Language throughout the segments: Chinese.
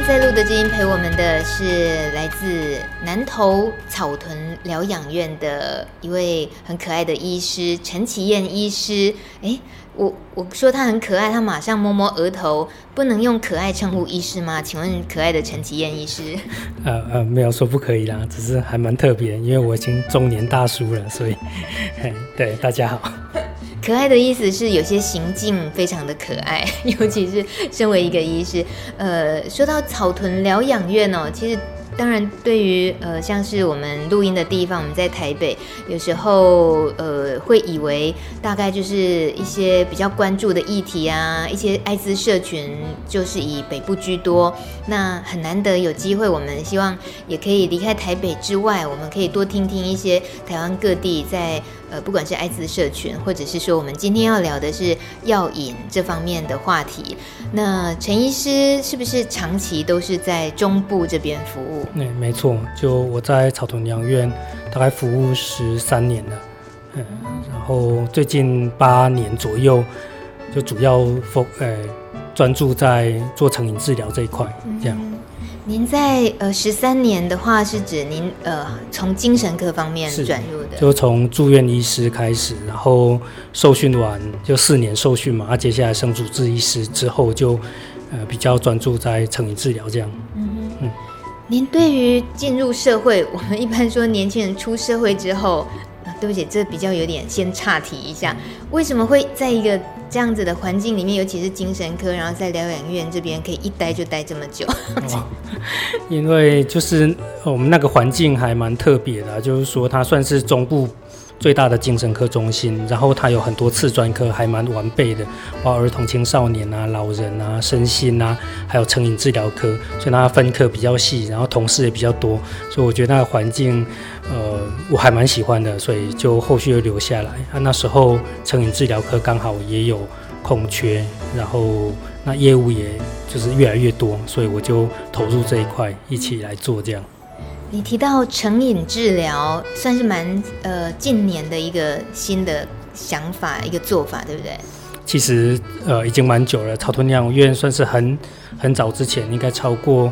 在录的这音陪我们的是来自南投草屯疗养院的一位很可爱的医师陈其燕医师。我说他很可爱，他马上摸摸额头，不能用可爱称呼医师吗？请问可爱的陈其燕医师？ 没有说不可以啦，只是还蛮特别，因为我已经中年大叔了，所以对大家好。 可爱的意思是有些行径非常的可爱，尤其是身为一个医师。说到草屯疗养院哦，其实当然对于像是我们录音的地方，我们在台北，有时候会以为大概就是一些比较关注的议题啊，一些艾滋社群就是以北部居多。那很难得有机会，我们希望也可以离开台北之外，我们可以多听听一些台湾各地在不管是艾滋社群，或者是说我们今天要聊的是药瘾这方面的话题。那陈医师是不是长期都是在中部这边服务？ 没错，就我在草屯疗养院大概服务13年了，然后最近8年左右就主要专注在做成瘾治疗这一块，这样。 您在13年的话，是指您从精神科方面转入的？ 就从住院医师开始，然后受训完就4年受训嘛，接下来升主治医师之后就比较专注在成瘾治疗这样。 您对于进入社会，我们一般说年轻人出社会之后，对不起，这比较有点先岔题一下，为什么会在一个这样子的环境里面，尤其是精神科，然后在疗养院这边可以一待就待这么久？ 因为就是我们那个环境还蛮特别的，就是说它算是中部最大的精神科中心，然后它有很多次专科，还蛮完备的，包括儿童青少年啊、老人啊、身心啊，还有成瘾治疗科，所以它分科比较细，然后同事也比较多，所以我觉得那个环境我还蛮喜欢的，所以就后续又留下来。那时候成瘾治疗科刚好也有空缺，然后那业务也就是越来越多，所以我就投入这一块一起来做这样。 你提到成瘾治疗，算是蛮近年的一个新的想法，一个做法，对不对？ 其实已经蛮久了，草屯疗养院算是很早之前，应该超过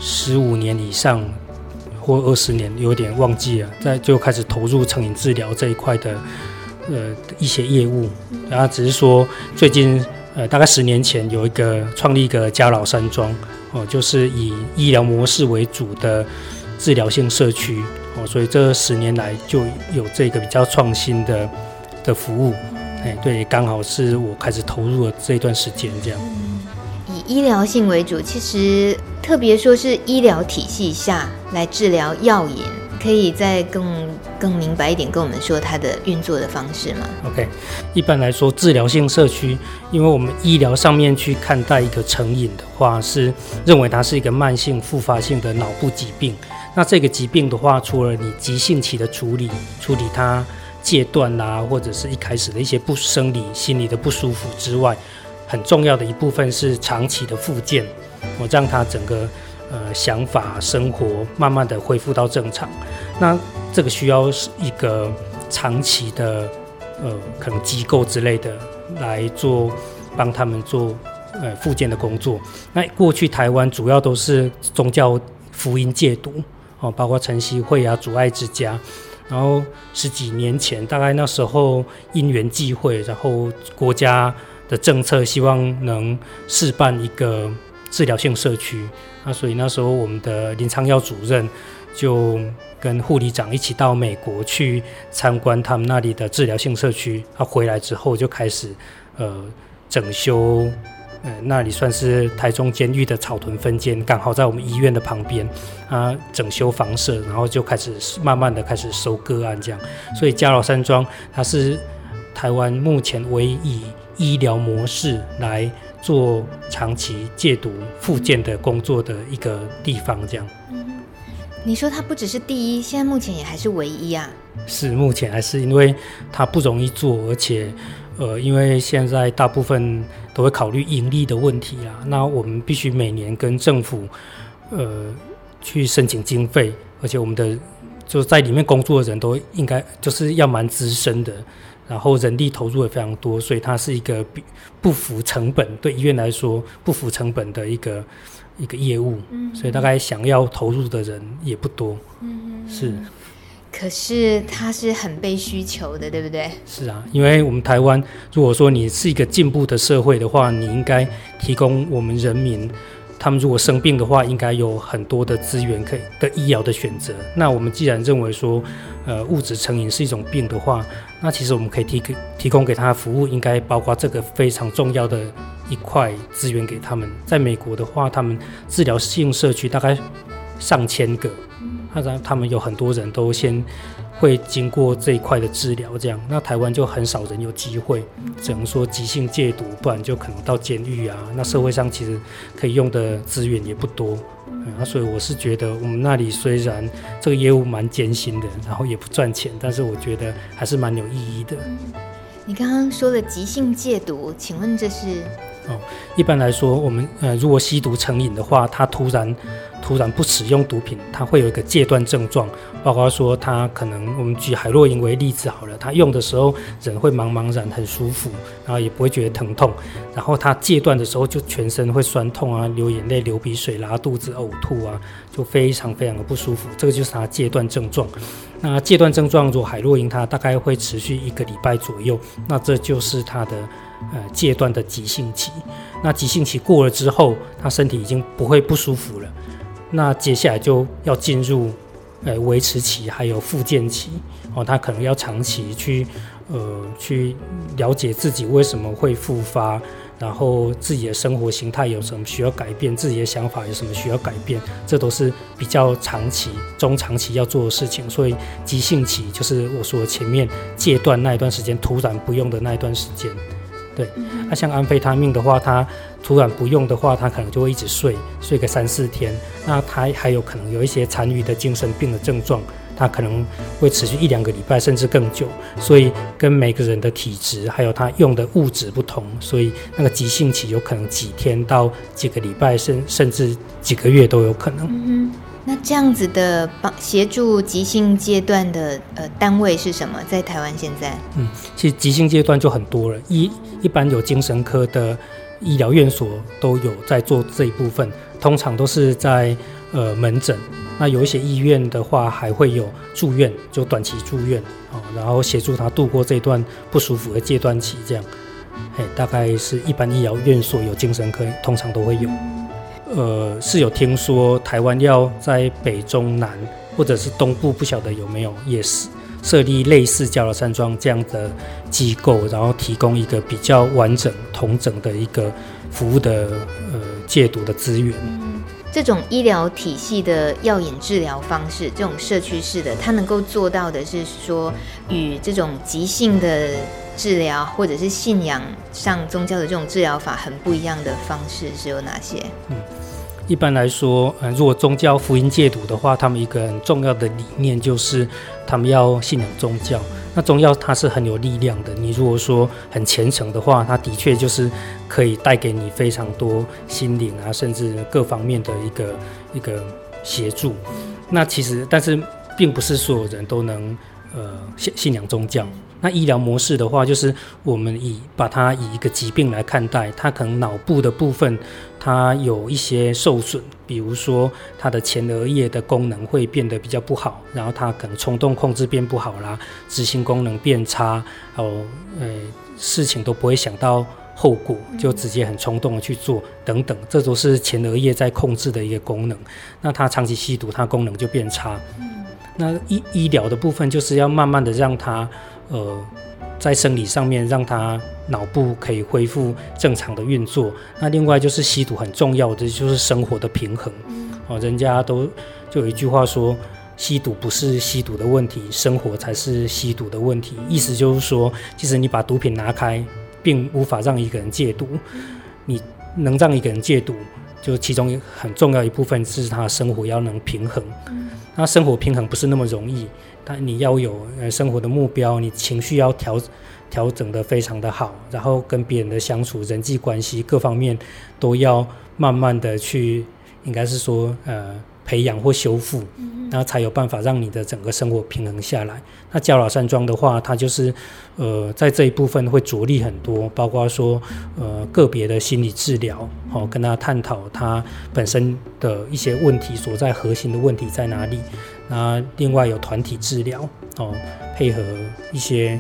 15年以上或20年，有点忘记了，就开始投入成瘾治疗这一块的一些业务。然后只是说最近大概10年前创立一个家老山庄，就是以医疗模式为主的治疗性社区，所以这10年来就有这个比较创新的服务。对，刚好是我开始投入的这一段时间这样。 以医疗性为主，其实特别说是医疗体系下来治疗药瘾，可以再更明白一点跟我们说它的运作的方式吗？ OK， 一般来说治疗性社区，因为我们医疗上面去看待一个成瘾的话，是认为它是一个慢性复发性的脑部疾病。那这个疾病的话，除了你急性期的处理它戒断啊，或者是一开始的一些不生理心理的不舒服之外，很重要的一部分是长期的复健，让它整个想法生活慢慢的恢复到正常。那这个需要一个长期的可能机构之类的来帮他们做复健的工作。那过去台湾主要都是宗教福音戒毒，包括晨曦会啊、主爱之家。然后10几年前，大概那时候因缘际会，然后国家的政策希望能试办一个治疗性社区，所以那时候我们的林昌耀主任就跟护理长一起到美国去参观他们那里的治疗性社区。他回来之后就开始整修，那里算是台中监狱的草屯分监，刚好在我们医院的旁边，整修房舍，然后就开始慢慢的开始收个案这样。所以家老山庄它是台湾目前唯一以医疗模式来做长期戒毒复健的工作的一个地方这样。 你说它不只是第一，现在目前也还是唯一啊？ 是，目前还是，因为它不容易做，而且因为现在大部分都会考虑盈利的问题啦，那我们必须每年跟政府去申请经费，而且我们的就在里面工作的人都应该就是要蛮资深的，然后人力投入也非常多，所以它是一个不符成本，对医院来说不符成本的一个一个业务，所以大概想要投入的人也不多，是。 可是它是很被需求的，对不对？ 是啊，因为我们台湾，如果说你是一个进步的社会的话，你应该提供我们人民，他们如果生病的话，应该有很多的资源可以的医疗的选择。那我们既然认为说，物质成瘾是一种病的话，那其实我们可以提供给他的服务，应该包括这个非常重要的一块资源给他们。在美国的话，他们治疗性社区大概上千个。他们有很多人都先会经过这一块的治疗，这样，那台湾就很少人有机会，只能说急性戒毒，不然就可能到监狱啊。那社会上其实可以用的资源也不多，所以我是觉得我们那里虽然这个业务蛮艰辛的，然后也不赚钱，但是我觉得还是蛮有意义的。 你刚刚说的急性戒毒，请问这是？ 一般来说，我们如果吸毒成瘾的话，他突然不使用毒品，他会有一个戒断症状，包括说他可能，我们举海洛因为例子好了，他用的时候人会茫茫然很舒服，然后也不会觉得疼痛，然后他戒断的时候就全身会酸痛啊，流眼泪、流鼻水、拉肚子、呕吐啊，就非常非常的不舒服，这个就是他戒断症状。那戒断症状如果海洛因它大概会持续1个礼拜左右，那这就是他的戒断的急性期。那急性期过了之后，他身体已经不会不舒服了，那接下来就要进入维持期还有复健期，他可能要长期去了解自己为什么会复发，然后自己的生活形态有什么需要改变，自己的想法有什么需要改变，这都是比较长期、中长期要做的事情。所以急性期就是我说的前面戒断那一段时间，突然不用的那一段时间。对，那像安非他命的话，他突然不用的话，他可能就会一直睡个3-4天。那他还有可能有一些残余的精神病的症状，他可能会持续1-2个礼拜，甚至更久。所以跟每个人的体质还有他用的物质不同，所以那个急性期有可能几天到几个礼拜，甚至几个月都有可能。 那这样子的协助急性阶段的单位是什么？在台湾现在？ 其实急性阶段就很多了，一般有精神科的医疗院所都有在做这一部分，通常都是在门诊。那有一些医院的话，还会有住院，就短期住院，然后协助他度过这段不舒服的阶段期，这样。大概是一般医疗院所有精神科，通常都会有。是有听说台湾要在北中南或者是东部，不晓得有没有也是设立类似交流山庄这样的机构，然后提供一个比较完整统整的一个服务的戒毒的资源。 这种医疗体系的药瘾治疗方式，这种社区式的，它能够做到的是说，与这种急性的治疗或者是信仰上宗教的这种治疗法很不一样的方式是有哪些？ 一般来说，如果宗教福音戒毒的话，他们一个很重要的理念就是他们要信仰宗教。那宗教它是很有力量的，你如果说很虔诚的话，它的确就是可以带给你非常多心灵啊，甚至各方面的一个协助。那其实，但是并不是所有人都能信仰宗教。那医疗模式的话，就是我们把它以一个疾病来看待，它可能脑部的部分它有一些受损，比如说它的前额叶的功能会变得比较不好，然后它可能冲动控制变不好啦，执行功能变差，事情都不会想到后果，就直接很冲动的去做等等，这都是前额叶在控制的一个功能。那它长期吸毒，它功能就变差。那医疗的部分就是要慢慢的让它在生理上面让他脑部可以恢复正常的运作。那另外就是吸毒很重要的就是生活的平衡。人家就有一句话说，吸毒不是吸毒的问题，生活才是吸毒的问题。意思就是说，其实你把毒品拿开，并无法让一个人戒毒。你能让一个人戒毒，就其中很重要一部分是他生活要能平衡。那生活平衡不是那么容易，但你要有生活的目标，你情绪要调整得非常的好，然后跟别人的相处、人际关系各方面都要慢慢的去，应该是说培养或修复，然后才有办法让你的整个生活平衡下来。那焦老山庄的话，它就是在这一部分会着力很多，包括说个别的心理治疗，跟他探讨他本身的一些问题所在，核心的问题在哪里。那另外有团体治疗，配合一些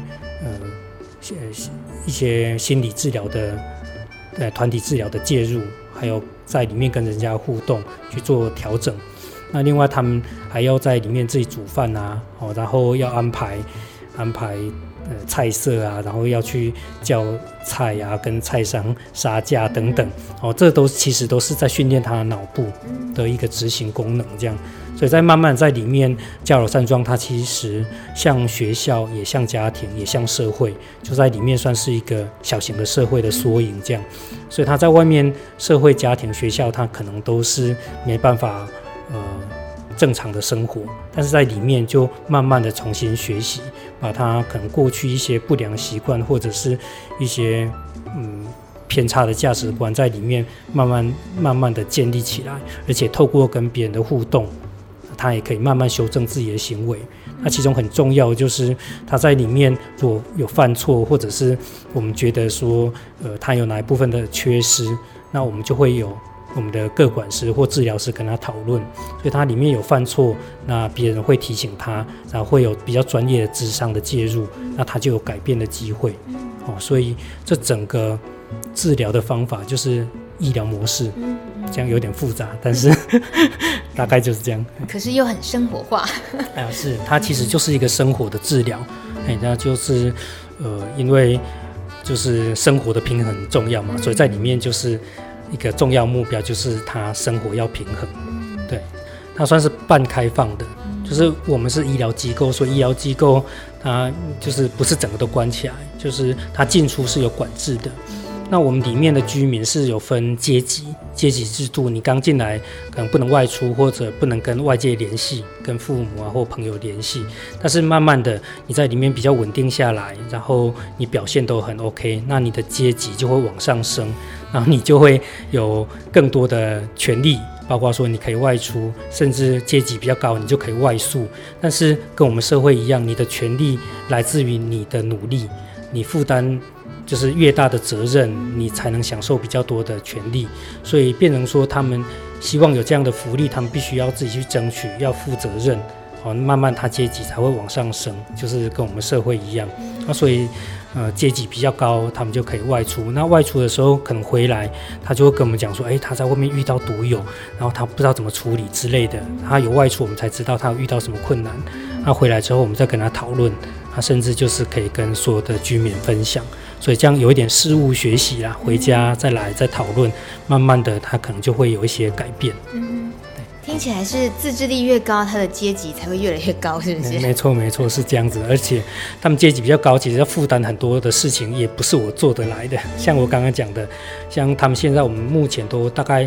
心理治疗的团体治疗的介入，还有在里面跟人家互动去做调整。那另外他们还要在里面自己煮饭啊，然后要安排菜色啊，然后要去叫菜啊，跟菜商杀价等等，这其实都是在训练他的脑部的一个执行功能这样。所以在慢慢在里面，焦老山庄它其实像学校，也像家庭，也像社会，就在里面算是一个小型的社会的缩影这样。所以他在外面社会、家庭、学校，他可能都是没办法正常的生活，但是在里面就慢慢的重新学习，把他可能过去一些不良习惯或者是一些偏差的价值观在里面慢慢的建立起来，而且透过跟别人的互动，他也可以慢慢修正自己的行为。那其中很重要就是他在里面如果有犯错，或者是我们觉得说他有哪一部分的缺失，那我们就会有我们的个管师或治疗师跟他讨论，所以他里面有犯错，那别人会提醒他，然后会有比较专业的諮商的介入，那他就有改变的机会。所以这整个治疗的方法就是医疗模式，这样有点复杂，但是大概就是这样。 可是又很生活化。 是，它其实就是一个生活的治疗。那就是因为就是生活的平衡很重要嘛，所以在里面就是一个重要目标，就是他生活要平衡。对，它算是半开放的，就是我们是医疗机构，所以医疗机构它就是不是整个都关起来，就是它进出是有管制的。那我们里面的居民是有分阶级制度，你刚进来可能不能外出，或者不能跟外界联系，跟父母啊或朋友联系。但是慢慢的你在里面比较稳定下来，然后你表现都很 OK， 那你的阶级就会往上升，然后你就会有更多的权利，包括说你可以外出，甚至阶级比较高你就可以外宿。但是跟我们社会一样，你的权利来自于你的努力，你负担就是越大的责任，你才能享受比较多的权利。所以变成说他们希望有这样的福利，他们必须要自己去争取，要负责任，慢慢他阶级才会往上升，就是跟我们社会一样。那所以阶级比较高，他们就可以外出。那外出的时候可能回来，他就会跟我们讲说，他在外面遇到毒友，然后他不知道怎么处理之类的。他有外出，我们才知道他有遇到什么困难。那回来之后，我们再跟他讨论，他甚至就是可以跟所有的居民分享。所以这样有一点事物学习啦，回家再来再讨论，慢慢的他可能就会有一些改变。 听起来是自制力越高，他的阶级才会越来越高，是不是？ 没错，是这样子。而且他们阶级比较高，其实要负担很多的事情，也不是我做得来的。像我刚刚讲的，像他们现在我们目前都大概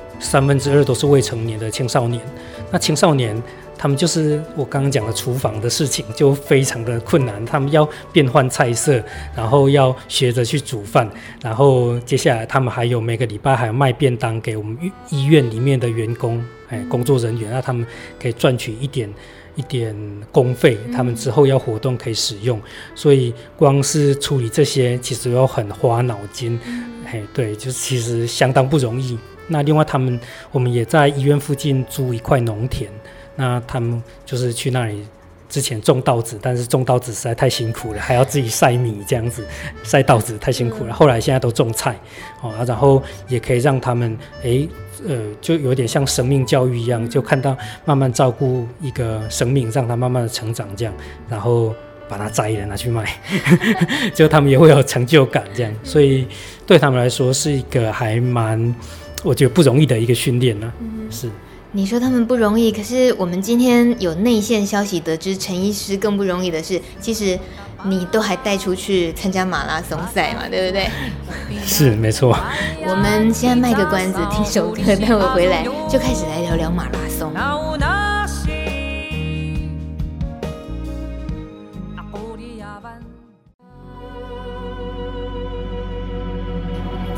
2/3都是未成年的青少年。那青少年他们就是我刚刚讲的厨房的事情就非常的困难，他们要变换菜色，然后要学着去煮饭，然后接下来他们还有每个礼拜还有卖便当给我们医院里面的员工，工作人员，那他们可以赚取一点公费，他们之后要活动可以使用。所以光是处理这些其实要很花脑筋，对，就是其实相当不容易。那另外我们也在医院附近租一块农田，那他们就是去那里之前种稻子，但是种稻子实在太辛苦了，还要自己晒米这样子，晒稻子太辛苦了。后来现在都种菜，然后也可以让他们就有点像生命教育一样，就看到慢慢照顾一个生命，让他慢慢的成长这样，然后把它摘了拿去卖，就他们也会有成就感这样。所以对他们来说是一个还蛮我觉得不容易的一个训练呢。是。 你说他们不容易，可是我们今天有内线消息得知，陈医师更不容易的是，其实你都还带出去参加马拉松赛嘛，对不对？ 是，没错。 我们现在卖个关子，听首歌，待会回来就开始来聊聊马拉松。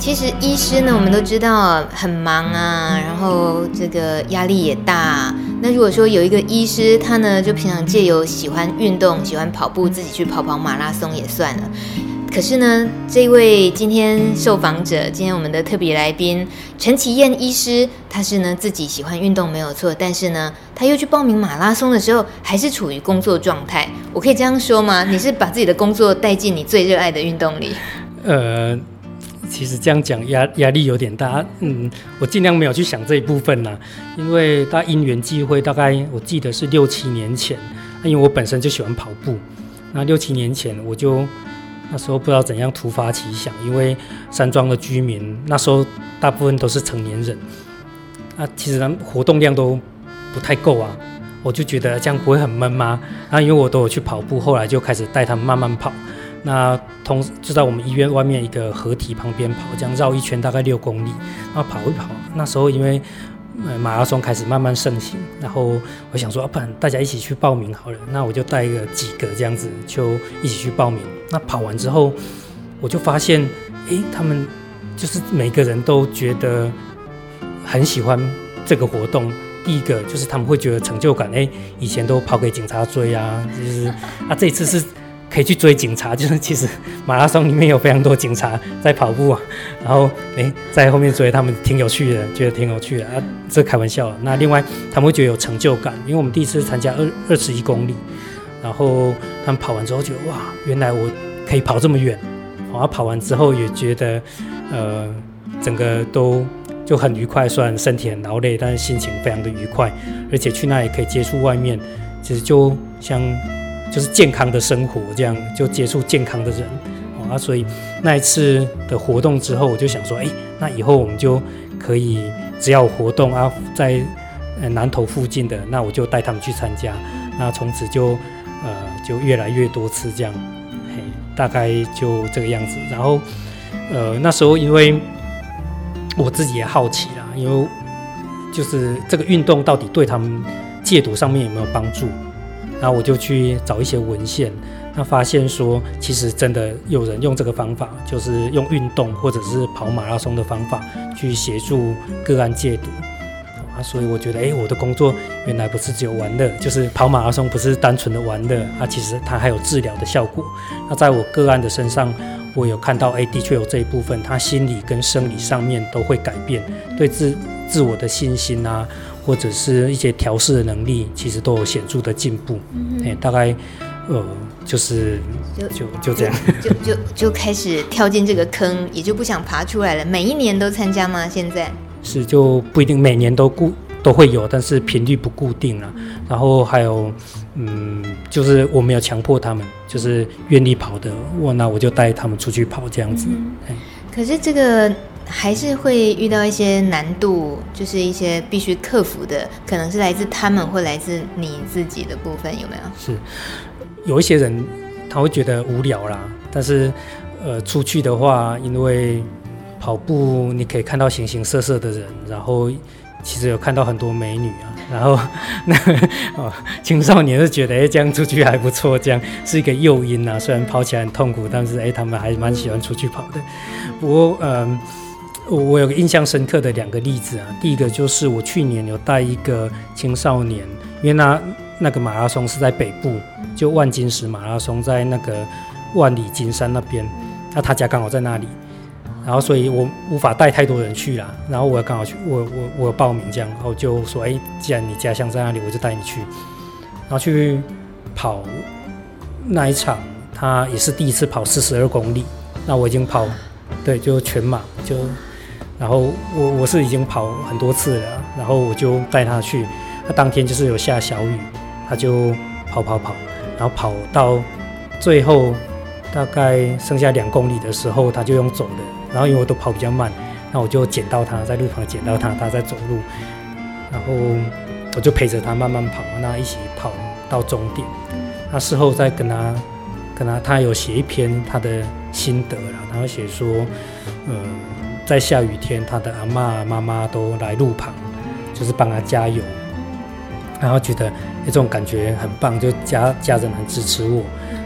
其实医师呢，我们都知道很忙啊，然后这个压力也大。那如果说有一个医师，他呢就平常借由喜欢运动、喜欢跑步，自己去跑跑马拉松也算了。可是呢，这位今天受访者，今天我们的特别来宾陈其燕医师，他是呢自己喜欢运动没有错，但是呢，他又去报名马拉松的时候，还是处于工作状态。我可以这样说吗？你是把自己的工作带进你最热爱的运动里？ 其实这样讲压力有点大，我尽量没有去想这一部分啦，因为大概因缘际会，大概我记得是6、7年前，因为我本身就喜欢跑步，那6、7年前我就那时候不知道怎样突发奇想，因为山庄的居民那时候大部分都是成年人，其实他们活动量都不太够啊，我就觉得这样不会很闷吗？然后因为我都有去跑步，后来就开始带他们慢慢跑。那就在我们医院外面一个河堤旁边跑，这样绕一圈大概6公里，然后跑一跑。那时候因为马拉松开始慢慢盛行，然后我想说，不然大家一起去报名好了。那我就带几个这样子，就一起去报名。那跑完之后，我就发现，他们就是每个人都觉得很喜欢这个活动。第一个就是他们会觉得成就感，以前都跑给警察追啊，就是这一次是可以去追警察，就是其实马拉松里面有非常多警察在跑步啊，然后在后面追他们挺有趣的，觉得挺有趣的啊，这开玩笑了。那另外他们会觉得有成就感，因为我们第一次参加21公里，然后他们跑完之后觉得哇，原来我可以跑这么远，跑完之后也觉得整个都就很愉快，虽然身体很劳累，但是心情非常的愉快，而且去那里可以接触外面，其实就像就是健康的生活，这样就接触健康的人所以那一次的活动之后，我就想说，那以后我们就可以只要有活动在南投附近的，那我就带他们去参加，那从此就越来越多次这样，大概就这个样子。然后那时候因为我自己也好奇啦，因为就是这个运动到底对他们戒毒上面有没有帮助？然后我就去找一些文献，那发现说，其实真的有人用这个方法，就是用运动或者是跑马拉松的方法去协助个案戒毒。所以我觉得，我的工作原来不是只有玩乐，就是跑马拉松不是单纯的玩乐，其实它还有治疗的效果。那在我个案的身上，我有看到，的确有这一部分，他心理跟生理上面都会改变，对自我的信心啊，或者是一些调试的能力，其实都有显著的进步。大概就是就这样， 就开始跳进这个坑，也就不想爬出来了。每一年都参加吗？现在是就不一定每年都会有，但是频率不固定啦。然后还有就是我没有强迫他们，就是愿意跑的，那我就带他们出去跑这样子。 可是这个还是会遇到一些难度，就是一些必须克服的，可能是来自他们或来自你自己的部分，有没有？ 是有一些人他会觉得无聊啦，但是出去的话，因为跑步你可以看到形形色色的人，然后其实有看到很多美女啊，然后青少年就觉得这样出去还不错，这样是一个诱因啊。虽然跑起来很痛苦，但是他们还蛮喜欢出去跑的。不过我有个印象深刻的2个例子啊。第一个就是我去年有带一个青少年，因为那个马拉松是在北部，就万金石马拉松在那个万里金山那边，那他家刚好在那里。然后所以我无法带太多人去啦，然后我刚好去，我有报名这样，然后就说，既然你家乡在那里，我就带你去。然后去跑那一场，他也是第一次跑42公里，那我已经跑，对，就全马，然后我是已经跑很多次了，然后我就带他去，他当天就是有下小雨，他就跑，然后跑到最后大概剩下2公里的时候，他就用走的。然后因为我都跑比较慢，那我就捡到他，在路旁捡到他，他在走路，然后我就陪着他慢慢跑，那一起跑到终点。那事后再跟他有写一篇他的心得啦，他会写说，在下雨天，他的阿嬷妈妈都来路旁，就是帮他加油，然后觉得这种感觉很棒，就家人很支持我。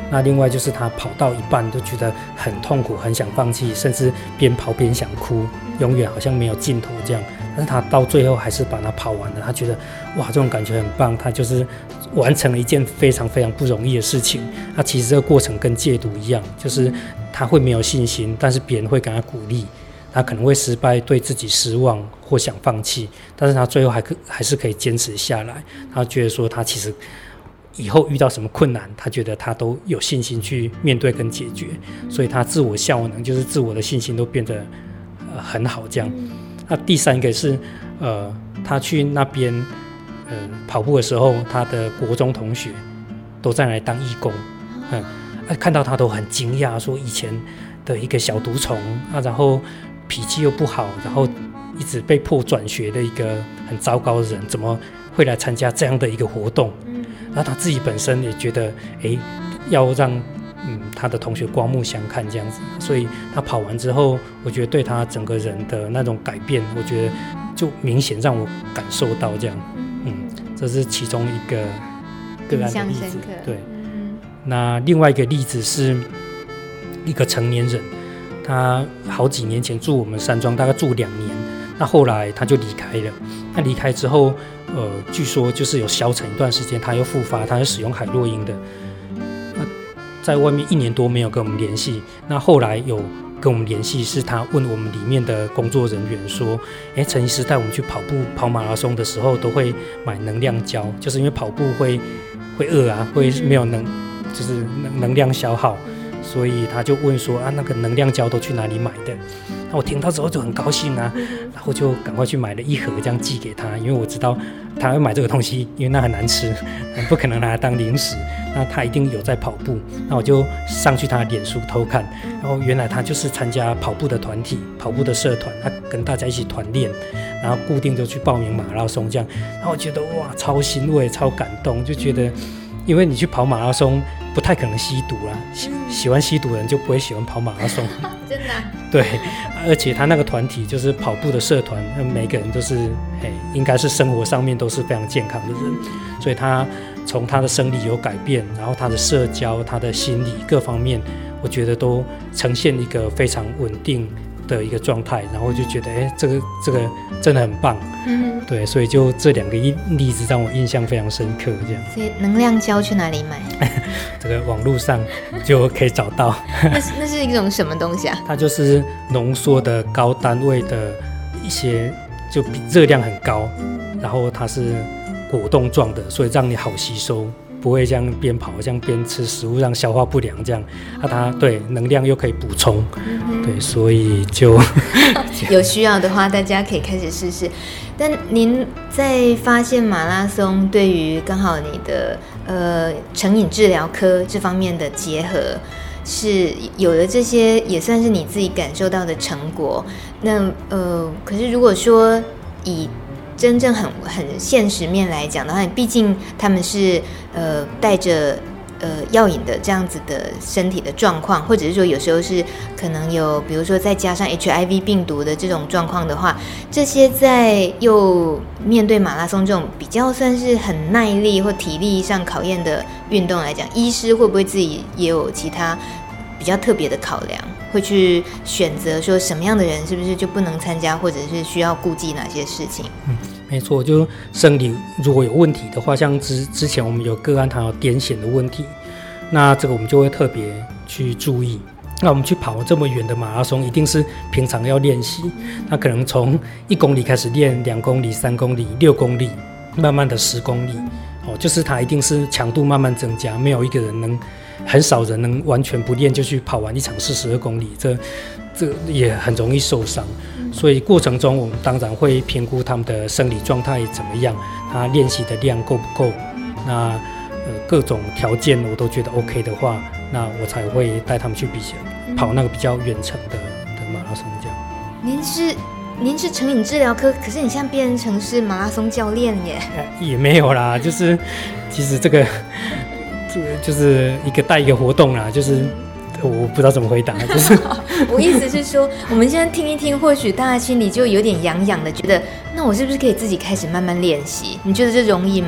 那另外就是他跑到一半就觉得很痛苦，很想放弃，甚至边跑边想哭，永远好像没有尽头这样。但是他到最后还是把它跑完了，他觉得哇，这种感觉很棒，他就是完成了一件非常非常不容易的事情。那其实这个过程跟戒毒一样，就是他会没有信心，但是别人会给他鼓励，他可能会失败，对自己失望或想放弃，但是他最后还是可以坚持下来。他觉得说他其实以后遇到什么困难，他觉得他都有信心去面对跟解决，所以他自我效能就是自我的信心都变得很好这样。那第三个是他去那边跑步的时候，他的国中同学都在那里当义工，看到他都很惊讶，说以前的一个小毒虫啊，然后脾气又不好，然后一直被迫转学的一个很糟糕的人，怎么会来参加这样的一个活动？然后他自己本身也觉得，要让他的同学刮目相看这样子，所以他跑完之后，我觉得对他整个人的那种改变，我觉得就明显让我感受到这样。这是其中一个个案的例子。对，那另外一个例子是一个成年人，他好几年前住我们山庄，大概住2年，那后来他就离开了。那离开之后，据说就是有消沉一段时间，他又复发，他是使用海洛因的。在外面1年多没有跟我们联系，那后来有跟我们联系，是他问我们里面的工作人员说，陈医师带我们去跑马拉松的时候都会买能量胶，就是因为跑步会饿啊，会没有就是能量消耗，所以他就问说那个能量胶都去哪里买的？那我听到之后就很高兴啊，然后就赶快去买了1盒这样寄给他，因为我知道他会买这个东西，因为那很难吃，不可能拿来当零食，那他一定有在跑步。那我就上去他的脸书偷看，然后原来他就是参加跑步的团体、跑步的社团，他跟大家一起团练，然后固定就去报名马拉松这样。然后我觉得哇，超欣慰、超感动，就觉得因为你去跑马拉松不太可能吸毒啦，喜欢吸毒的人就不会喜欢跑马拉松。 真的对，而且他那个团体就是跑步的社团，每个人都是应该是生活上面都是非常健康的人，所以他从他的生理有改变，然后他的社交、他的心理各方面，我觉得都呈现一个非常稳定的一个状态，然后就觉得这个真的很棒。对，所以就这2个例子让我印象非常深刻这样。 所以能量胶去哪里买？ 这个网络上就可以找到。 那是一种什么东西啊？ 它就是浓缩的高单位的一些，就比热量很高，然后它是果冻状的，所以让你好吸收，不会这样边跑这样边吃食物让消化不良这样。它对能量又可以补充，对，所以就有需要的话，大家可以开始试试。但您在发现马拉松对于刚好你的成瘾治疗科这方面的结合，是有了这些，也算是你自己感受到的成果。那可是如果说以真正很现实面来讲的话，毕竟他们是带着药瘾的这样子的身体的状况，或者是说有时候是可能有，比如说再加上 HIV 病毒的这种状况的话，这些在又面对马拉松这种比较算是很耐力或体力上考验的运动来讲，医师会不会自己也有其他比较特别的考量，会去选择说什么样的人是不是就不能参加，或者是需要顾忌哪些事情？ 没错，就生理如果有问题的话，像之前我们有个案他有癫痫的问题，那这个我们就会特别去注意。那我们去跑这么远的马拉松，一定是平常要练习，那可能从1公里开始练，2公里、3公里、6公里，慢慢的10公里，就是它一定是强度慢慢增加，没有一个人很少人能完全不练就去跑完一场42公里，这也很容易受伤。所以过程中我们当然会评估他们的生理状态怎么样，他练习的量够不够，那各种条件我都觉得 OK 的话，那我才会带他们去跑那个比较远程的马拉松这样。 您是成瘾治疗科，可是你现在变成是马拉松教练耶？ 也没有啦，就是其实这个就是一个带一个活动啦，就是我不知道怎么回答，就是我意思是说，我们现在听一听，或许大家心里就有点痒痒的，觉得那我是不是可以自己开始慢慢练习？你觉得这容易吗？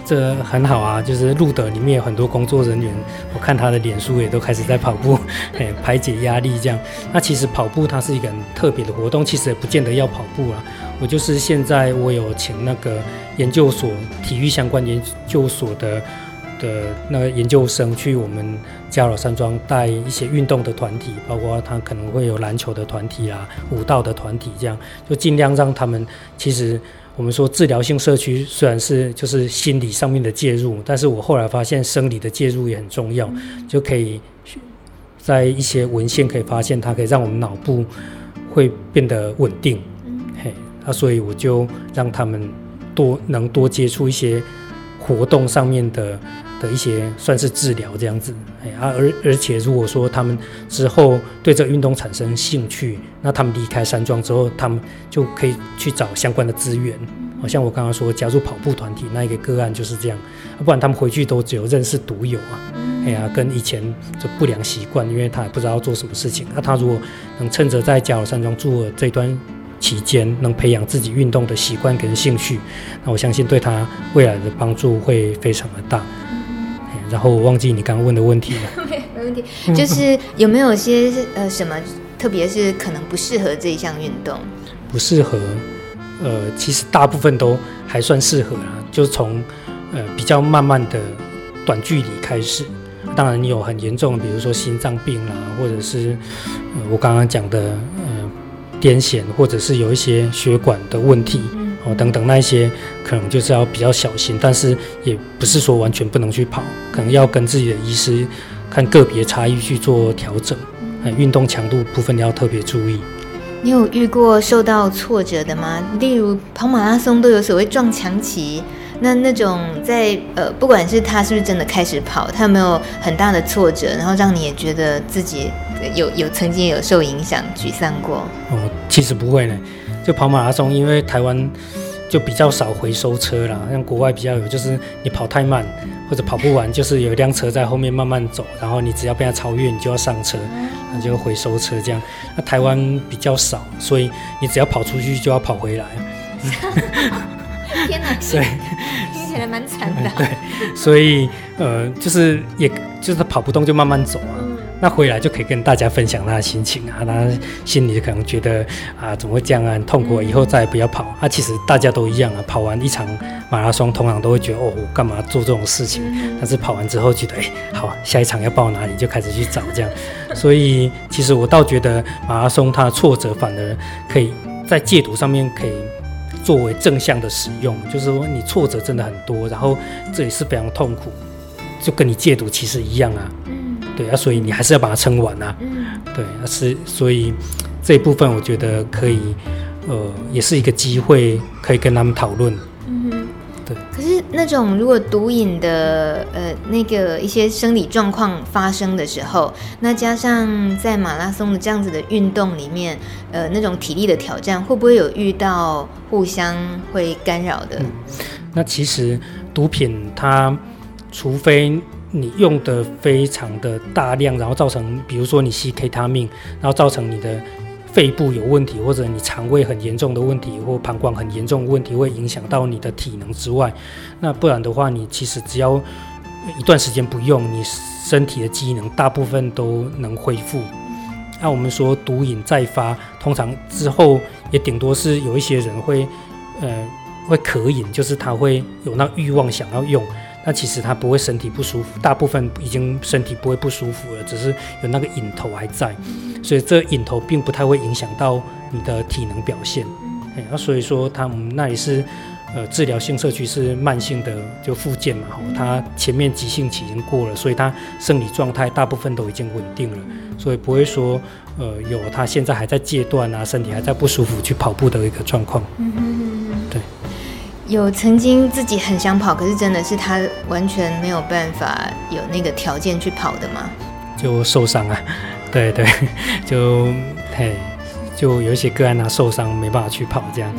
这很好啊，就是路德里面有很多工作人员，我看他的脸书也都开始在跑步，排解压力这样。那其实跑步它是一个很特别的活动，其实也不见得要跑步啦。我就是现在我有请那个研究所体育相关研究所的那个研究生去我们嘉老山庄带一些运动的团体，包括他可能会有篮球的团体啦、舞蹈的团体，这样就尽量让他们。其实我们说治疗性社区虽然是就是心理上面的介入，但是我后来发现生理的介入也很重要，就可以在一些文献可以发现，它可以让我们脑部会变得稳定。所以我就让他们能多接触一些活动上面的一些算是治疗这样子。而且如果说他们之后对这个运动产生兴趣，那他们离开山庄之后，他们就可以去找相关的资源。好像我刚刚说加入跑步团体那一个个案就是这样，不然他们回去都只有认识毒友啊，跟以前就不良习惯，因为他也不知道要做什么事情。那他如果能趁着在嘉老山庄住的这段期间能培养自己运动的习惯跟兴趣，那我相信对他未来的帮助会非常的大。然后我忘记你刚刚问的问题了。 没问题，就是有没有些什么，特别是可能不适合这一项运动？不适合， 其实大部分都还算适合啦，就从比较慢慢的短距离开始。当然你有很严重的，比如说心脏病啦，或者是我刚刚讲的癫痫，或者是有一些血管的问题等等，那一些可能就是要比较小心，但是也不是说完全不能去跑，可能要跟自己的医师看个别差异去做调整。运动强度部分要特别注意。 你有遇过受到挫折的吗？例如跑马拉松都有所谓撞墙期，那种在不管是他是不是真的开始跑，他有没有很大的挫折，然后让你也觉得自己有曾经有受影响、沮丧过？ 其实不会呢。就跑马拉松，因为台湾就比较少回收车啦，像国外比较有，就是你跑太慢或者跑不完，就是有一辆车在后面慢慢走，然后你只要被它超越，你就要上车，那就回收车这样。那台湾比较少，所以你只要跑出去就要跑回来。 天哪， 所以听起来蛮惨的。 对，所以就是他跑不动就慢慢走啊。那回来就可以跟大家分享他的心情啊，他心里可能觉得怎么会这样啊，很痛苦，以后再也不要跑其实大家都一样啊，跑完一场马拉松通常都会觉得我干嘛做这种事情，但是跑完之后觉得好，下一场要报哪里，就开始去找这样。所以其实我倒觉得马拉松它的挫折反而可以在戒毒上面可以作为正向的使用，就是说你挫折真的很多，然后这也是非常痛苦，就跟你戒毒其实一样啊。对所以你还是要把它撑完啊。对所以这一部分我觉得可以，也是一个机会可以跟他们讨论。对。 可是那种如果毒瘾的那个一些生理状况发生的时候，那加上在马拉松的这样子的运动里面，那种体力的挑战，会不会有遇到互相会干扰的？ 那其实毒品它除非你用的非常的大量，然后造成比如说你吸 K 他命，然后造成你的肺部有问题，或者你肠胃很严重的问题，或膀胱很严重的问题，会影响到你的体能之外，那不然的话，你其实只要一段时间不用，你身体的机能大部分都能恢复。那我们说毒瘾再发，通常之后也顶多是有一些人会渴瘾，就是他会有那欲望想要用。那其实他不会身体不舒服，大部分已经身体不会不舒服了，只是有那个瘾头还在，所以这瘾头并不太会影响到你的体能表现。所以说他们那里是治疗性社区是慢性的就复健嘛，他前面急性期已经过了，所以他生理状态大部分都已经稳定了，所以不会说有他现在还在戒断身体还在不舒服去跑步的一个状况。对。 有曾经自己很想跑，可是真的是他完全没有办法有那个条件去跑的吗？ 就受伤啊，对，就有一些个案受伤没办法去跑这样。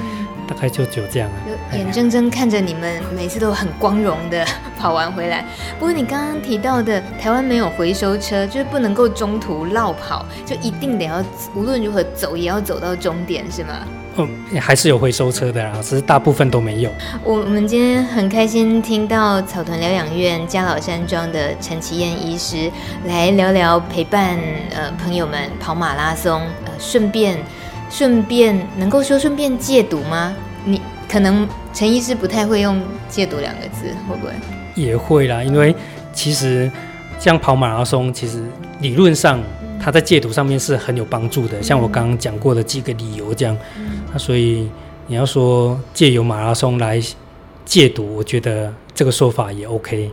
大概就只有这样就眼睁睁看着你们每次都很光荣的跑完回来。不过你刚刚提到的台湾没有回收车，就是不能够中途绕跑，就一定得要无论如何走也要走到终点，是吗？ 还是有回收车的啦，只是大部分都没有。 我们今天很开心听到草屯疗养院嘉老山庄的陈其燕医师来聊聊陪伴朋友们跑马拉松，顺便能够说顺便戒毒吗？你可能陈医师不太会用戒毒2个字，会不会？也会啦，因为其实这样跑马拉松，其实理论上它在戒毒上面是很有帮助的，像我刚刚讲过的几个理由这样。那所以你要说借由马拉松来戒毒，我觉得这个说法也 OK。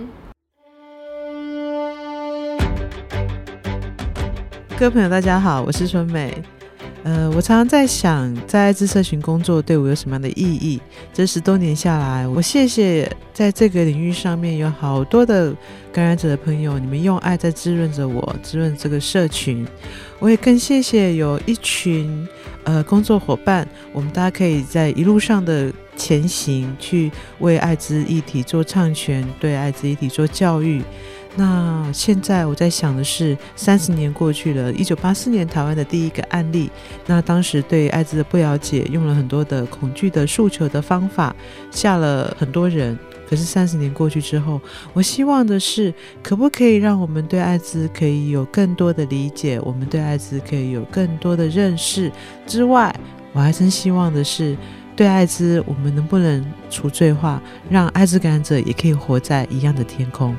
各位朋友大家好，我是春美。我常常在想，在艾滋社群工作对我有什么样的意义？这10多年下来，我谢谢在这个领域上面有好多的感染者的朋友，你们用爱在滋润着我，滋润这个社群。我也更谢谢有一群工作伙伴，我们大家可以在一路上的前行，去为艾滋议题做倡权，对艾滋议题做教育。那现在我在想的是，30年过去了，1984年台湾的第一个案例，那当时对艾滋的不了解，用了很多的恐惧的诉求的方法，吓了很多人。可是30年过去之后，我希望的是，可不可以让我们对艾滋可以有更多的理解，我们对艾滋可以有更多的认识之外，我还真希望的是，对艾滋我们能不能除罪化，让艾滋感染者也可以活在一样的天空。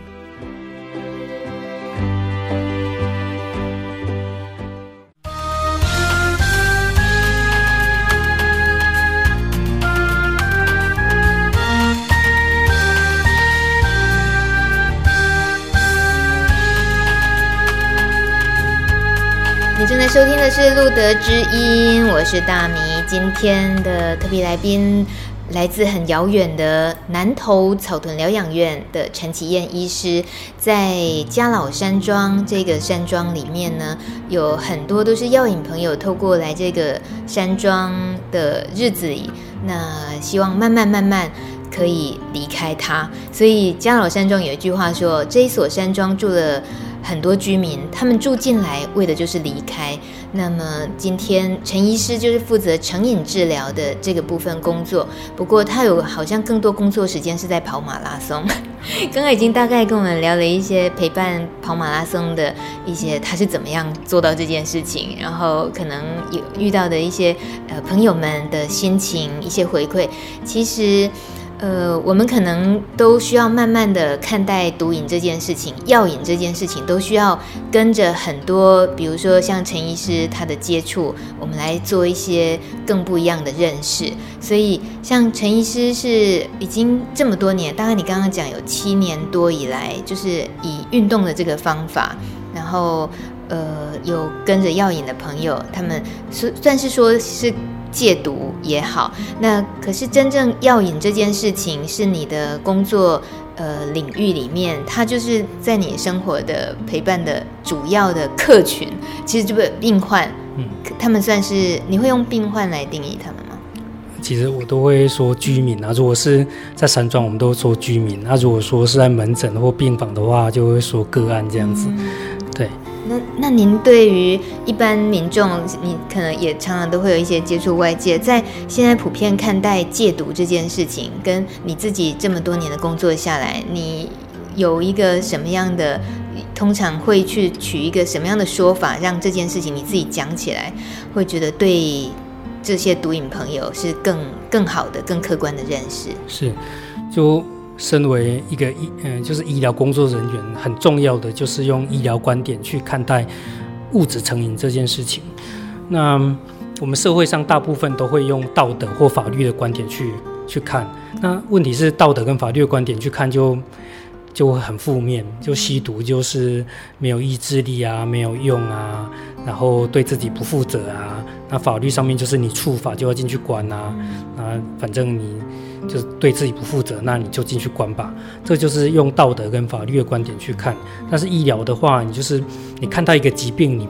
你正在收听的是路德之音，我是大米。今天的特别来宾来自很遥远的南投草屯疗养院的陈其燕医师，在嘉老山庄这个山庄里面呢，有很多都是药瘾朋友透过来这个山庄的日子里，那希望慢慢可以离开它。所以嘉老山庄有一句话说，这一所山庄住了很多居民，他们住进来为的就是离开。那么今天陈医师就是负责成瘾治疗的这个部分工作，不过他有好像更多工作时间是在跑马拉松。刚刚已经大概跟我们聊了一些陪伴跑马拉松的一些他是怎么样做到这件事情，然后可能有遇到的一些朋友们的心情，一些回馈。其实我们可能都需要慢慢的看待毒瘾这件事情，药瘾这件事情，都需要跟着很多，比如说像陈医师他的接触，我们来做一些更不一样的认识。所以像陈医师是已经这么多年，大概你刚刚讲有7年多以来，就是以运动的这个方法，然后有跟着药瘾的朋友，他们算是说是戒毒也好，那可是真正药瘾这件事情是你的工作领域里面，它就是在你生活的陪伴的主要的客群，其实这个病患，他们算是你会用病患来定义他们吗？ 其实我都会说居民啊，如果是在山庄，我们都说居民；那如果说是在门诊或病房的话，就会说个案这样子。对。 那您对于一般民众，你可能也常常都会有一些接触外界，在现在普遍看待戒毒这件事情，跟你自己这么多年的工作下来，你有一个什么样的，通常会去取一个什么样的说法，让这件事情你自己讲起来，会觉得对这些毒瘾朋友是更好的、更客观的认识？是， 就身为一个就是医疗工作人员，很重要的就是用医疗观点去看待物质成瘾这件事情。那我们社会上大部分都会用道德或法律的观点去看，那问题是道德跟法律的观点去看就会很负面，就吸毒就是没有意志力啊，没有用啊，然后对自己不负责啊。那法律上面就是你触法就要进去关啊，反正你就是对自己不负责，那你就进去关吧。这就是用道德跟法律的观点去看。但是医疗的话，你看到一个疾病，你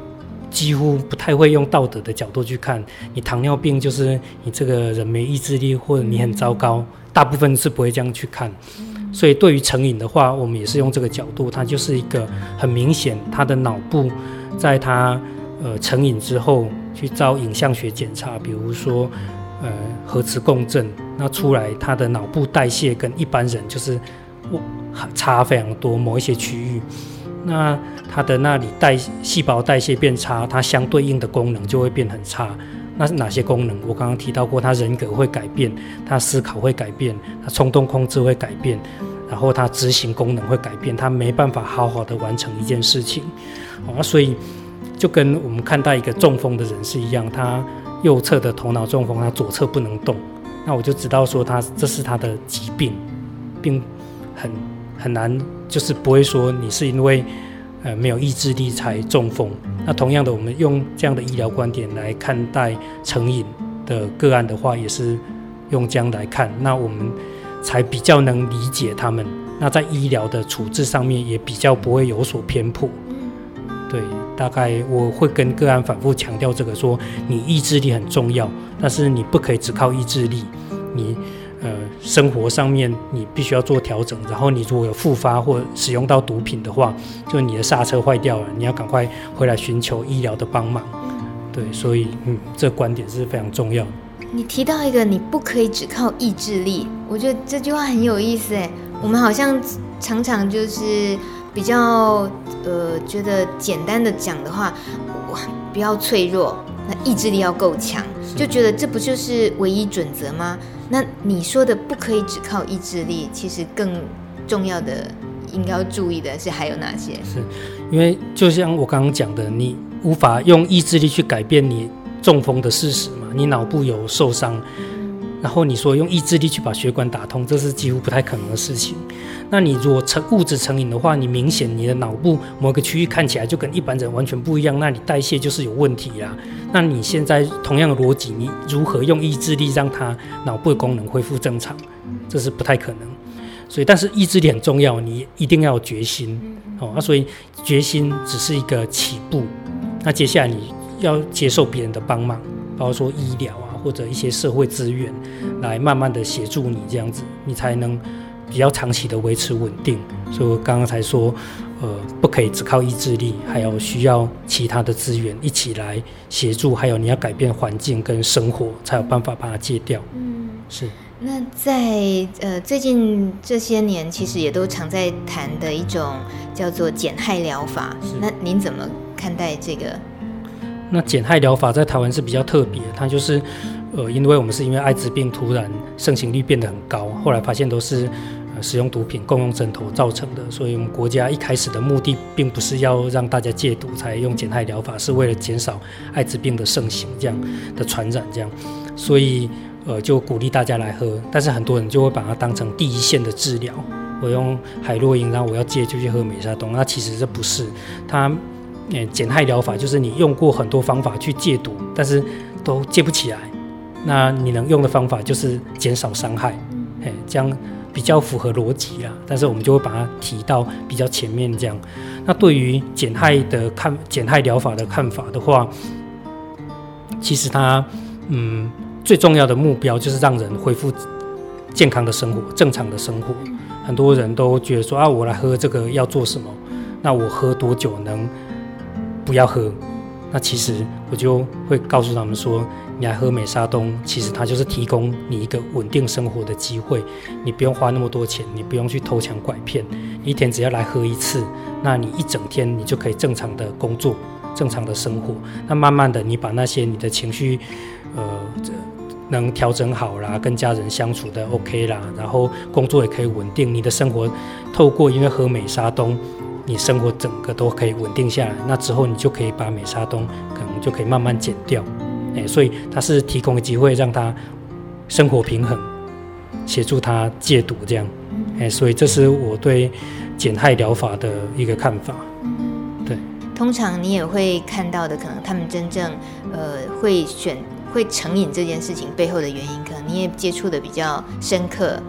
几乎不太会用道德的角度去看。你糖尿病就是你这个人没意志力，或者你很糟糕，大部分是不会这样去看。所以对于成瘾的话，我们也是用这个角度，它就是一个很明显，他的脑部在他成瘾之后去照影像学检查，比如说核磁共振，那出来他的脑部代谢跟一般人就是差非常多，某一些区域，那他的那里细胞代谢变差，它相对应的功能就会变很差。那是哪些功能？我刚刚提到过，他人格会改变，他思考会改变，他冲动控制会改变，然后他执行功能会改变，他没办法好好的完成一件事情。所以就跟我们看待一个中风的人是一样，他右侧的头脑中风，他左侧不能动，那我就知道说这是他的疾病，并很难，就是不会说你是因为没有意志力才中风。那同样的，我们用这样的医疗观点来看待成瘾的个案的话，也是用这样来看，那我们才比较能理解他们。那在医疗的处置上面也比较不会有所偏颇。对，大概我会跟个案反复强调这个，说你意志力很重要，但是你不可以只靠意志力，你生活上面你必须要做调整，然后你如果有复发或使用到毒品的话，就你的刹车坏掉了，你要赶快回来寻求医疗的帮忙。对，所以这个观点是非常重要的。 你提到一个你不可以只靠意志力，我觉得这句话很有意思耶。我们好像常常就是比较觉得简单的讲的话，不要脆弱，那意志力要够强，就觉得这不就是唯一准则吗？那你说的不可以只靠意志力，其实更重要的应该要注意的是还有哪些？ 是因为就像我刚刚讲的，你无法用意志力去改变你中风的事实嘛，你脑部有受伤，然后你说用意志力去把血管打通，这是几乎不太可能的事情。那你如果物质成瘾的话，你明显你的脑部某个区域看起来就跟一般人完全不一样，那你代谢就是有问题啦。那你现在同样的逻辑，你如何用意志力让它脑部的功能恢复正常？这是不太可能。所以，但是意志力很重要，你一定要有决心。所以决心只是一个起步。那接下来你要接受别人的帮忙，包括说医疗啊，或者一些社会资源，来慢慢的协助你，这样子你才能比较长期的维持稳定。所以我刚刚才说，不可以只靠意志力，还有需要其他的资源一起来协助，还有你要改变环境跟生活，才有办法把它戒掉。是。 那在最近这些年，其实也都常在谈的一种叫做减害疗法。那您怎么看待这个？ 那减害疗法在台湾是比较特别，它就是因为我们是因为艾滋病突然盛行率变得很高，后来发现都是使用毒品、共用针头造成的，所以我们国家一开始的目的并不是要让大家戒毒才用减害疗法，是为了减少艾滋病的盛行这样的传染这样，所以就鼓励大家来喝，但是很多人就会把它当成第一线的治疗。我用海洛因，然后我要戒就去喝美沙酮，那其实这不是。它减害疗法就是你用过很多方法去戒毒，但是都戒不起来。那你能用的方法就是减少伤害，这样比较符合逻辑啦。但是我们就会把它提到比较前面这样。那对于减害疗法的看法的话，其实它最重要的目标就是让人恢复健康的生活、正常的生活。很多人都觉得说我来喝这个要做什么？那我喝多久能不要喝？那其实我就会告诉他们说，你来喝美沙酮，其实它就是提供你一个稳定生活的机会。你不用花那么多钱，你不用去偷抢拐骗，你一天只要来喝一次，那你一整天你就可以正常的工作、正常的生活。那慢慢的，你把那些你的情绪能调整好啦，跟家人相处的 OK 啦，然后工作也可以稳定，你的生活透过因为喝美沙酮，你生活整个都可以稳定下来。那之后你就可以把美沙酮可能就可以慢慢减掉，所以它是提供机会让他生活平衡，协助他戒毒这样，所以这是我对减害疗法的一个看法。对， 通常你也会看到的，可能他们真正会成瘾这件事情背后的原因，可能你也接触的比较深刻，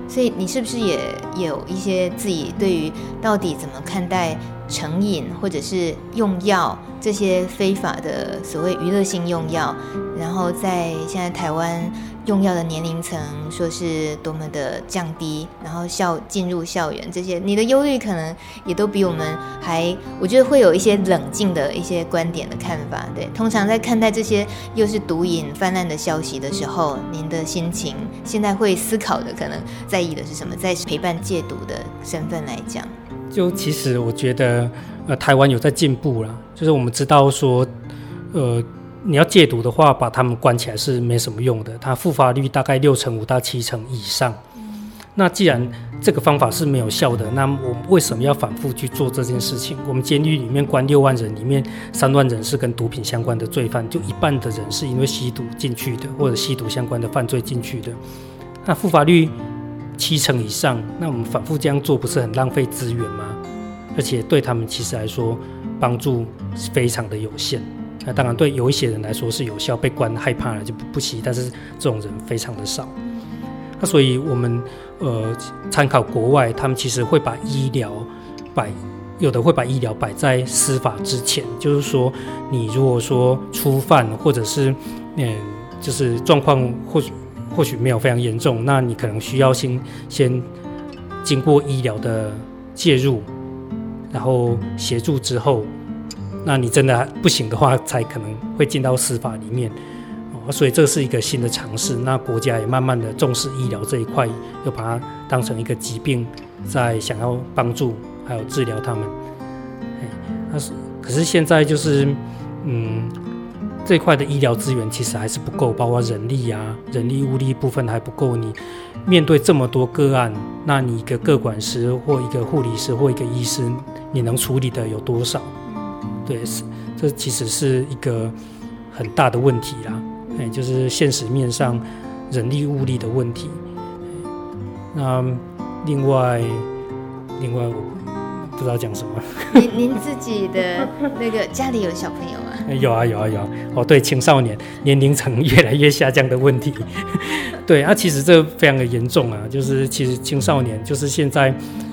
所以你是不是也有一些自己对于到底怎么看待成瘾或者是用药这些非法的所谓娱乐性用药，然后在现在台湾用药的年龄层说是多么的降低，然后进入校园这些，你的忧虑可能也都比我们我觉得会有一些冷静的一些观点的看法。对，通常在看待这些又是毒瘾泛滥的消息的时候，您的心情现在会思考的可能在意的是什么？在陪伴戒毒的身份来讲， 就其实我觉得台湾有在进步啦，就是我们知道说你要戒毒的话，把他们关起来是没什么用的，它复发率大概65%到70%以上。那既然这个方法是没有效的，那我们为什么要反复去做这件事情？我们监狱里面关6万人，里面3万人是跟毒品相关的罪犯，就一半的人是因为吸毒进去的，或者吸毒相关的犯罪进去的。那复发率70%以上，那我们反复这样做，不是很浪费资源吗？而且对他们其实来说，帮助非常的有限。那当然，对有一些人来说是有效，被关害怕了就不吸，但是这种人非常的少。那所以我们参考国外，他们其实会把医疗有的会把医疗摆在司法之前，就是说，你如果说初犯或者是就是状况或许没有非常严重，那你可能需要先经过医疗的介入，然后协助之后，那你真的不行的话，才可能会进到司法里面。所以这是一个新的尝试，那国家也慢慢的重视医疗这一块，又把它当成一个疾病，在想要帮助还有治疗他们。可是现在就是这一块的医疗资源其实还是不够，包括人力物力部分还不够。你面对这么多个案，那你一个个管师或一个护理师或一个医师，你能处理的有多少？对，这其实是一个很大的问题啦。就是现实面上人力物力的问题。那另外我不知道讲什么。 您自己的那个家里有小朋友吗？ 有啊。对，青少年年龄层越来越下降的问题。对啊，其实这非常的严重啊，就是其实青少年就是现在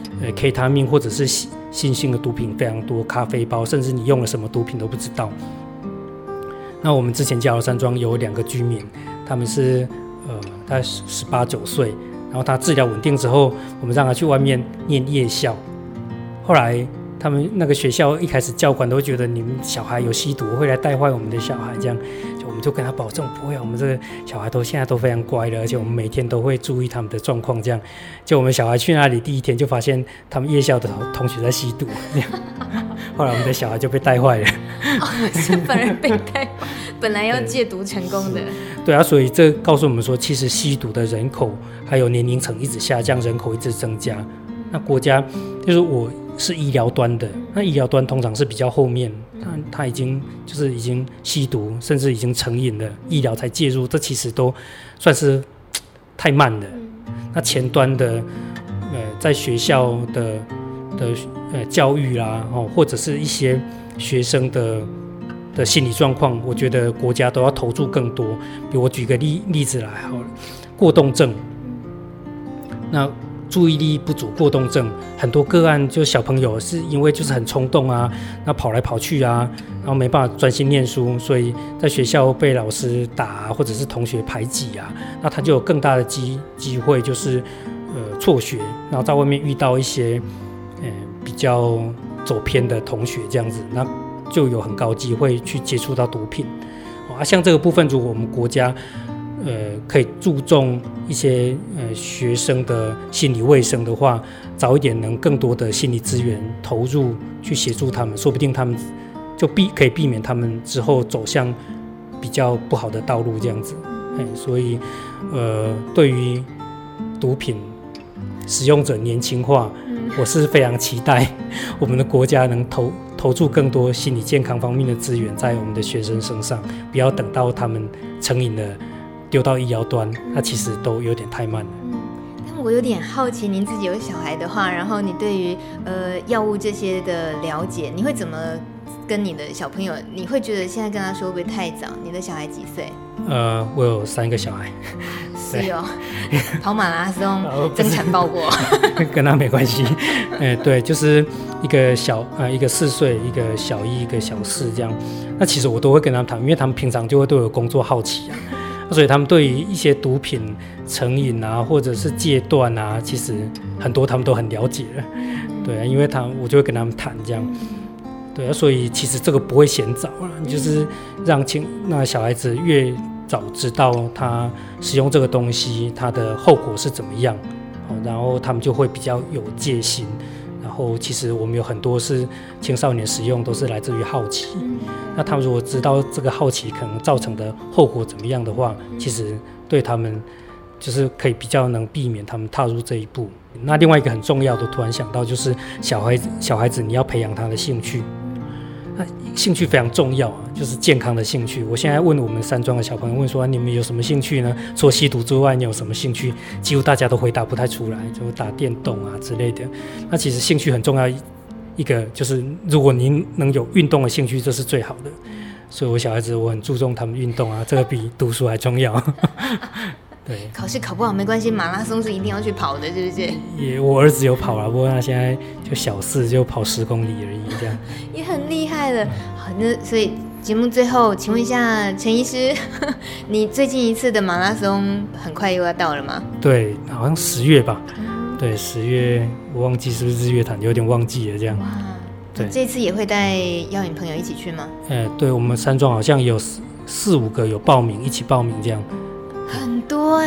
K 他命或者是新兴的毒品非常多，咖啡包，甚至你用了什么毒品都不知道。那我们之前嘉禾山庄有2个居民，他们是大概18、19岁，然后他治疗稳定之后，我们让他去外面念夜校。后来他们那个学校一开始教官都觉得你们小孩有吸毒，会来带坏我们的小孩，这样我们就跟他保证不会，我们这个小孩现在都非常乖了，而且我们每天都会注意他们的状况，这样就我们小孩去那里第1天就发现他们夜校的同学在吸毒，后来我们的小孩就被带坏了。 是反而被带坏，本来要戒毒成功的。 对啊，所以这告诉我们说，其实吸毒的人口还有年龄层一直下降，人口一直增加。那国家就是我是医疗端的，那医疗端通常是比较后面，他已经吸毒，甚至已经成瘾了，医疗才介入，这其实都算是太慢了。那前端的在学校的教育啦，或者是一些学生的心理状况，我觉得国家都要投注更多。比如我举个例子来好了，过动症，那注意力不足过动症，很多个案就小朋友是因为就是很冲动啊，那跑来跑去啊，然后没办法专心念书，所以在学校被老师打啊，或者是同学排挤啊，那他就有更大的机会就是辍学，然后在外面遇到一些比较走偏的同学这样子，那就有很高机会去接触到毒品。像这个部分，如果我们国家可以注重一些学生的心理卫生的话，早一点能更多的心理资源投入去协助他们，说不定他们就可以避免他们之后走向比较不好的道路这样子。所以对于毒品使用者年轻化，我是非常期待我们的国家能投注更多心理健康方面的资源在我们的学生身上，不要等到他们成瘾了丢到医疗端，那其实都有点太慢了。 但我有点好奇，您自己有小孩的话，然后你对于药物这些的了解，你会怎么跟你的小朋友？你会觉得现在跟他说会不会太早？你的小孩几岁？ 我有3个小孩。 是哦，跑马拉松增产报国， 跟他没关系。对，就是一个一个4岁，一个小1，一个小4这样。那其实我都会跟他们谈，因为他们平常就会对我工作好奇啊，所以他们对于一些毒品成瘾啊，或者是戒断啊，其实很多他们都很了解了。对啊，因为我就会跟他们谈这样。对啊，所以其实这个不会嫌早啊，就是让那小孩子越早知道他使用这个东西，他的后果是怎么样，然后他们就会比较有戒心。然后其实我们有很多是青少年使用都是来自于好奇，那他们如果知道这个好奇可能造成的后果怎么样的话，其实对他们就是可以比较能避免他们踏入这一步。那另外一个很重要的，突然想到就是小孩子你要培养他的兴趣。那兴趣非常重要啊，就是健康的兴趣。我现在问我们山庄的小朋友，问说你们有什么兴趣呢？除了吸毒之外，你有什么兴趣？几乎大家都回答不太出来，就打电动啊之类的。那其实兴趣很重要，一个就是如果您能有运动的兴趣，这是最好的。所以我小孩子我很注重他们运动啊，这个比读书还重要。对， 考试考不好没关系，马拉松是一定要去跑的，是不是？ 我儿子有跑了，不过他现在就小4，就跑10公里而已，这样也很厉害了。好，那所以节目最后，请问一下陈医师，你最近一次的马拉松很快又要到了吗？ 对，好像10月吧。对，10月我忘记是不是日月潭，有点忘记了这样。 哇， 对， 这次也会带邀请朋友一起去吗？ 对，我们山庄好像有4-5个有报名，一起报名这样。 很多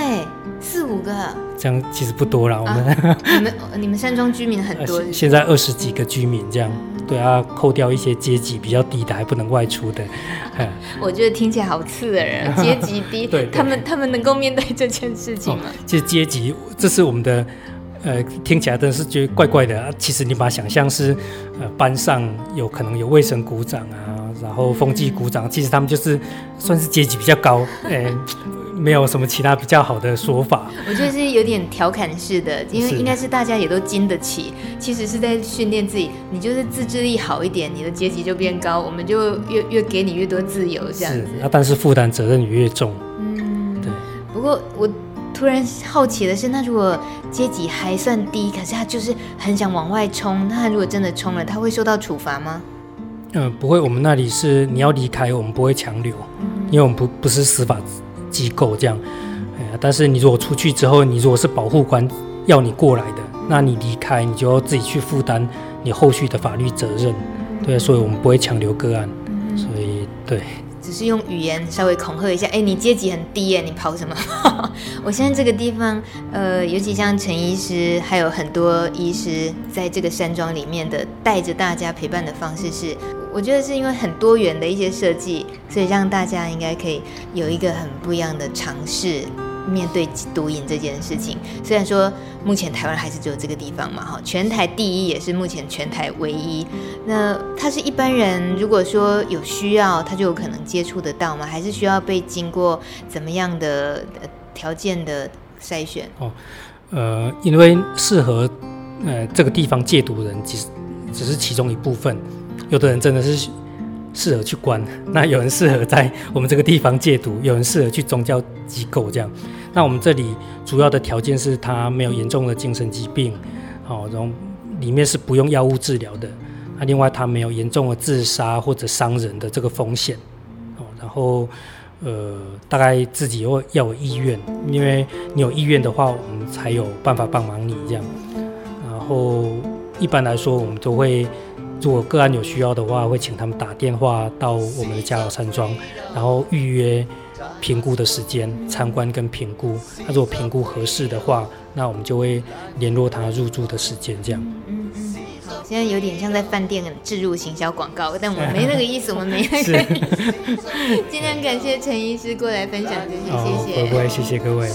4-5个， 这样其实不多啦。我们你们山庄居民很多， 现在20几个居民这样。对啊，扣掉一些阶级比较低的还不能外出的。 我觉得听起来好刺耳，阶级低， 对， 他们能够面对这件事情吗？ 其实阶级，这是我们的听起来真的是觉得怪怪的啊。其实你把它想象是班上可能有卫生股长啊，然后风纪股长，其实他们就是算是阶级比较高，没有什么其他比较好的说法。 我觉得是有点调侃式的，因为应该是大家也都经得起，其实是在训练自己。你就是自制力好一点，你的阶级就变高，我们就越给你越多自由这样子。 但是负担责任也越重。对。 不过我突然好奇的是，那如果阶级还算低，可是他就是很想往外冲，那他如果真的冲了，他会受到处罚吗？ 不会，我们那里是你要离开，我们不会强留，因为我们不是司法机构这样。但是你如果出去之后，你如果是保护官要你过来的，那你离开，你就要自己去负担你后续的法律责任。对，所以我们不会强留个案。所以对。 只是用语言稍微恐吓一下，你阶级很低耶，你跑什么？我现在这个地方，尤其像陈医师，还有很多医师在这个山庄里面的带着大家陪伴的方式是，我觉得是因为很多元的一些设计，所以让大家应该可以有一个很不一样的尝试。面对毒瘾这件事情，虽然说目前台湾还是只有这个地方嘛，全台第一也是目前全台唯一。那他是一般人，如果说有需要，他就有可能接触得到吗？还是需要被经过怎么样的条件的筛选？ 因为适合这个地方戒毒人只是其中一部分，有的人真的是适合去关，那有人适合在我们这个地方戒毒，有人适合去宗教机构这样。那我们这里主要的条件是他没有严重的精神疾病，然后里面是不用药物治疗的。那另外他没有严重的自杀或者伤人的这个风险，然后大概自己要有意愿，因为你有意愿的话，我们才有办法帮忙你这样。然后一般来说，我们都会。如果个案有需要的话，会请他们打电话到我们的嘉老山庄，然后预约评估的时间，参观跟评估。那如果评估合适的话，那我们就会联络他入住的时间，这样。 好，现在有点像在饭店置入行销广告，但我没那个意思，我们没那个意思。尽量感谢陈医师过来分享这些，谢谢。 不会，谢谢各位。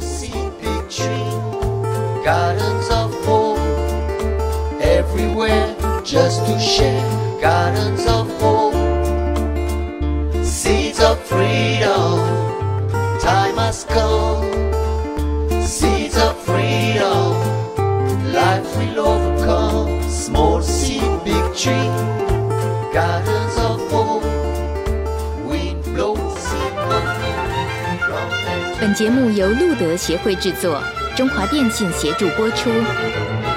Just to share gardens of hope, seeds of freedom. Time has come, seeds of freedom. Life will overcome. Small seed, big tree, gardens of hope. Wind blows in the from and 本节目由路德协会制作，中华电信协助播出。